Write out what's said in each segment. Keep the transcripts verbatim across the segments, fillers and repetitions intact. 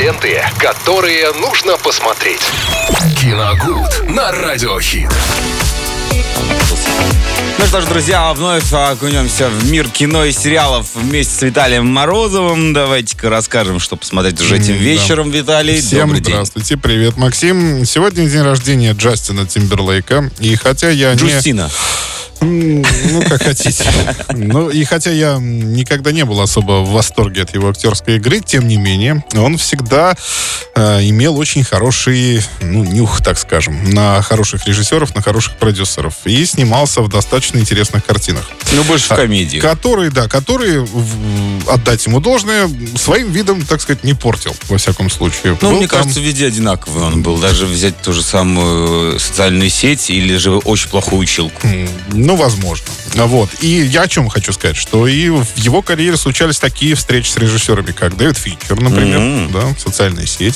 Ленты, которые нужно посмотреть. Киногуд на Радиохит. Ну что ж, друзья, вновь окунемся в мир кино и сериалов вместе с Виталием Морозовым. Давайте-ка расскажем, что посмотреть уже этим вечером, да. Виталий, всем добрый день. Здравствуйте, привет, Максим. Сегодня день рождения Джастина Тимберлейка. И хотя я Джустина. не... Ну, как хотите. Ну, и хотя я никогда не был особо в восторге от его актерской игры, тем не менее, он всегда э, имел очень хороший, ну, нюх, так скажем, на хороших режиссеров, на хороших продюсеров. И снимался в достаточно интересных картинах. Ну, больше в комедии. Которые, да, которые, в, отдать ему должное, своим видом, так сказать, не портил, во всяком случае. Ну, был мне там... кажется, везде одинаковый он был. Даже взять ту же самую социальную сеть или же очень плохую училку. Ну, возможно. Вот. И я о чем хочу сказать, что и в его карьере случались такие встречи с режиссерами, как Дэвид Финчер, например, mm-hmm. да, социальная сеть.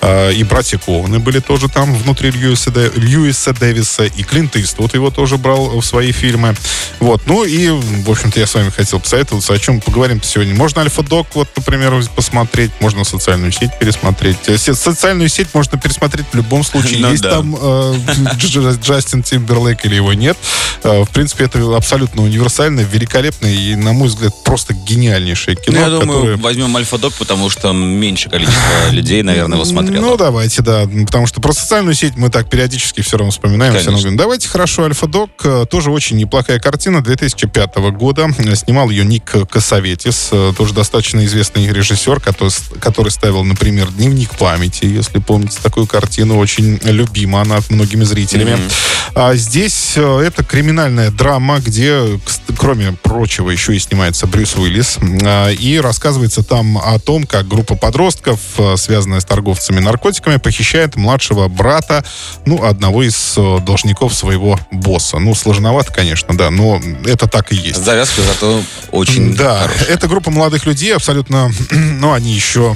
И братья Коуны были тоже там внутри Льюиса, Льюиса Дэвиса, и Клинт Иствуд его тоже брал в свои фильмы. Вот. Ну и, в общем-то, я с вами хотел посоветоваться, о чем поговорим сегодня. Можно Альфа-Дог, вот, например, посмотреть, можно социальную сеть пересмотреть. Социальную сеть можно пересмотреть в любом случае. Ну, есть да. там э, Джастин Тимберлейк или его нет. Э, в принципе, это абсолютно универсальное, великолепное и, на мой взгляд, просто гениальнейшее кино. Ну, я думаю, которое... возьмем Альфа-Дог, потому что меньше количество людей, наверное, его смотрело. Ну, давайте, да. Потому что про социальную сеть мы так периодически все равно вспоминаем. Все равно говорим, давайте, хорошо, Альфа-Дог. Тоже очень неплохая картина две тысячи пятого года. Снимал ее Ник Кассаветис, тоже достаточно известный режиссер, который, который ставил, например, «Дневник памяти», если помните такую картину. Очень любима она многими зрителями. Mm-hmm. А здесь это криминальная драма, где, кроме прочего, еще и снимается Брюс Уиллис. И рассказывается там о том, как группа подростков, связанная с торговцами наркотиками, похищает младшего брата, ну, одного из должников своего босса. Ну, сложновато, конечно, да, но это так и есть. Завязка зато очень Да, хорошая. Это группа молодых людей, абсолютно, ну, они еще...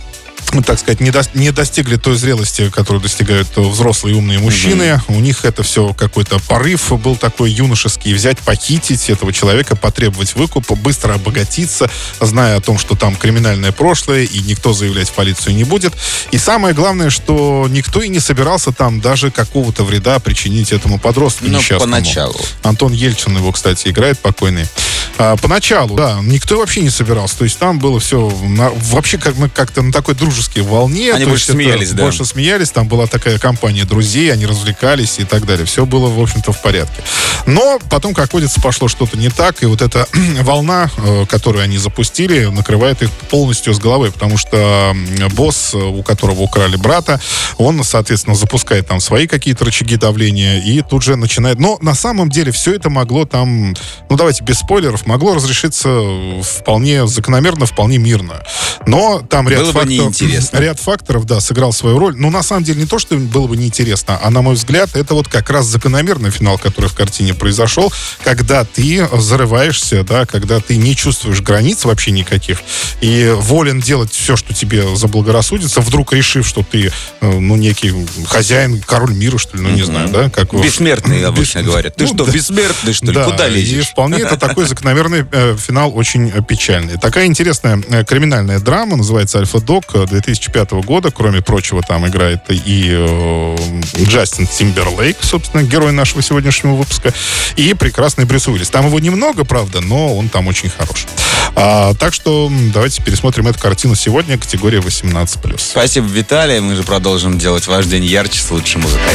так сказать, не, до, не достигли той зрелости, которую достигают взрослые умные мужчины. Mm-hmm. У них это все какой-то порыв был такой юношеский. Взять, похитить этого человека, потребовать выкупа, быстро обогатиться, зная о том, что там криминальное прошлое, и никто заявлять в полицию не будет. И самое главное, что никто и не собирался там даже какого-то вреда причинить этому подростку ну, несчастному. Поначалу. Антон Ельчин его, кстати, играет, покойный. А, поначалу, да, никто вообще не собирался. То есть там было все на, вообще как, как-то на такой дружеской волне. Они то больше смеялись, да. Больше смеялись, там была такая компания друзей, они развлекались и так далее. Все было, в общем-то, в порядке. Но потом, как водится, пошло что-то не так, и вот эта волна, которую они запустили, накрывает их полностью с головой, потому что босс, у которого украли брата, он, соответственно, запускает там свои какие-то рычаги давления и тут же начинает... Но на самом деле все это могло там, ну давайте без спойлеров, могло разрешиться вполне закономерно, вполне мирно. Но там ряд было факторов... бы неинтересно. Ряд факторов, да, сыграл свою роль. Но на самом деле не то, что было бы неинтересно, а, на мой взгляд, это вот как раз закономерный финал, который в картине произошел, когда ты зарываешься, да, когда ты не чувствуешь границ вообще никаких и волен делать все, что тебе заблагорассудится, вдруг решив, что ты, ну, некий хозяин, король мира, что ли, ну, не mm-hmm. знаю, да? Как бессмертный, обычно Бес... говорят. Ты ну, что, да. бессмертный, что ли? Да, куда лезешь? И вполне это такой закономерный э, финал, очень печальный. Такая интересная э, криминальная драма, называется «Альфа-Дог», две тысячи пятого года. Кроме прочего, там играет и э, Джастин Тимберлейк, собственно, герой нашего сегодняшнего выпуска, и прекрасный Брюс Уиллис. Там его немного, правда, но он там очень хорош. А, так что давайте пересмотрим эту картину сегодня, категория восемнадцать плюс. Спасибо, Виталий. Мы же продолжим делать ваш день ярче с лучшей музыкой.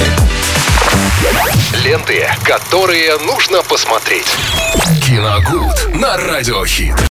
Ленты, которые нужно посмотреть. Киногуд на Радиохит.